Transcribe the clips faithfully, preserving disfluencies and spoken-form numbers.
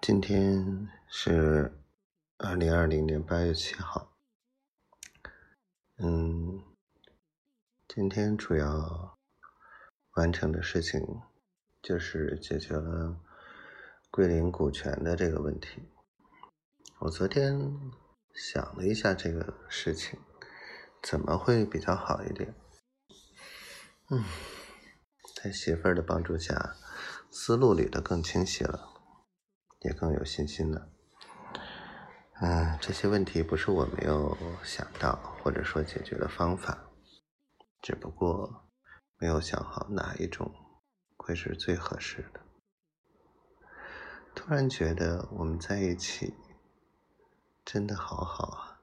今天是二零二零年八月七号。嗯，今天主要完成的事情就是解决了归零股权的这个问题。我昨天想了一下这个事情，怎么会比较好一点？嗯，在媳妇儿的帮助下，思路捋得更清晰了，也更有信心了。嗯，这些问题不是我没有想到，或者说解决的方法，只不过没有想好哪一种会是最合适的。突然觉得我们在一起真的好好啊，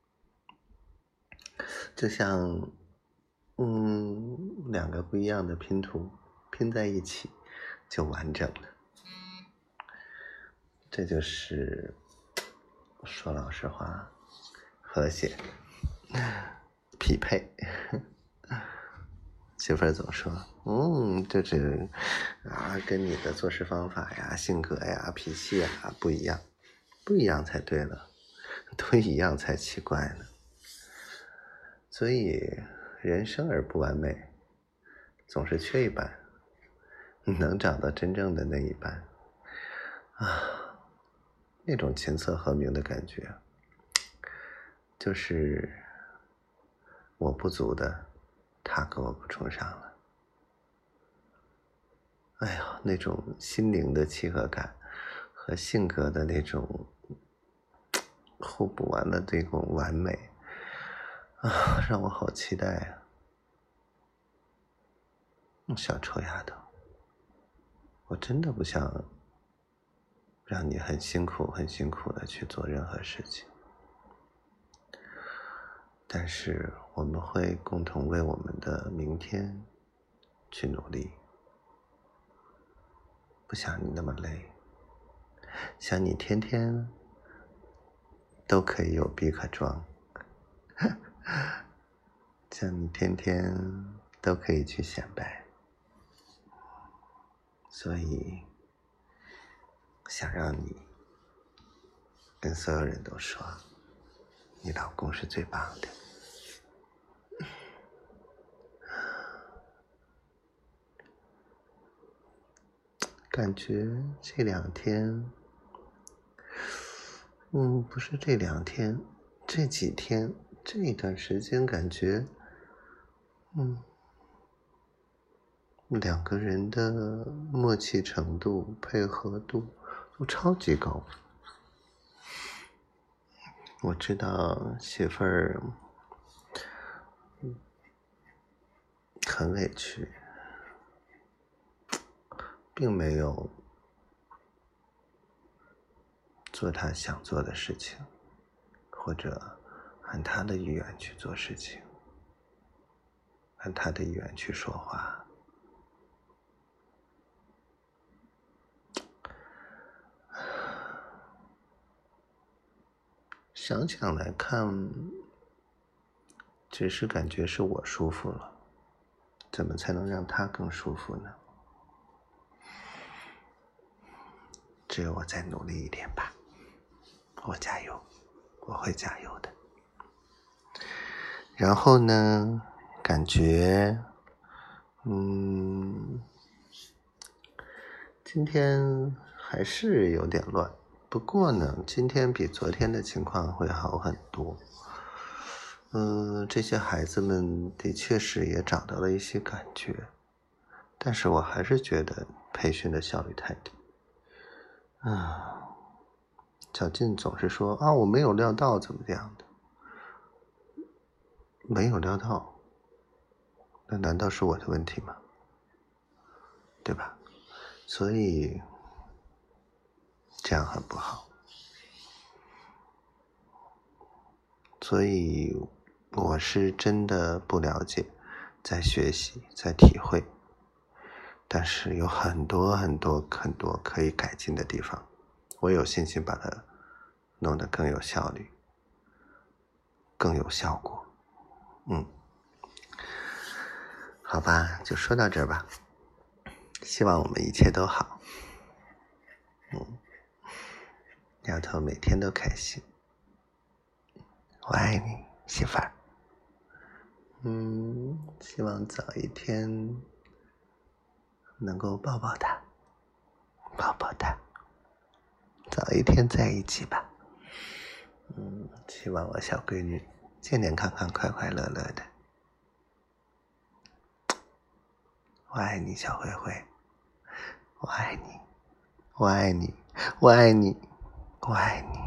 就像嗯两个不一样的拼图拼在一起就完整了。这就是说老实话，和谐匹配。媳妇儿总说，嗯，这是啊，跟你的做事方法呀、性格呀、脾气呀不一样，不一样才对了，都一样才奇怪呢。所以人生而不完美，总是缺一半，能找到真正的那一半啊，那种琴瑟和鸣的感觉，就是我不足的，他给我补充上了。哎呀，那种心灵的契合感和性格的那种互补完的这种完美啊，让我好期待啊！小臭丫头，我真的不想让你很辛苦很辛苦的去做任何事情，但是我们会共同为我们的明天去努力。不想你那么累，想你天天都可以有逼可装，想你天天都可以去显摆，所以想让你跟所有人都说，你老公是最棒的。感觉这两天，嗯，不是这两天，这几天，这一段时间，感觉，嗯，两个人的默契程度、配合度都超级高。我知道媳妇儿很委屈，并没有做她想做的事情，或者按她的意愿去做事情，按她的意愿去说话。想想来看，只是感觉是我舒服了，怎么才能让她更舒服呢？只有我再努力一点吧，我加油，我会加油的。然后呢，感觉，嗯，今天还是有点乱，不过呢，今天比昨天的情况会好很多。嗯，这些孩子们的确是也找到了一些感觉，但是我还是觉得培训的效率太低。啊，小静总是说啊，我没有料到怎么样的，没有料到，那难道是我的问题吗？对吧？所以这样很不好。所以我是真的不了解，在学习，在体会，但是有很多很多很多可以改进的地方，我有信心把它弄得更有效率，更有效果。嗯，好吧，就说到这儿吧，希望我们一切都好。嗯， 丫头每天都开心。我爱你，媳妇儿。嗯，希望早一天能够抱抱她，抱抱她，早一天在一起吧。嗯，希望我小闺女健健康康、快快乐乐的。我爱你，小灰灰，我爱你，我爱你，我爱你，我爱你。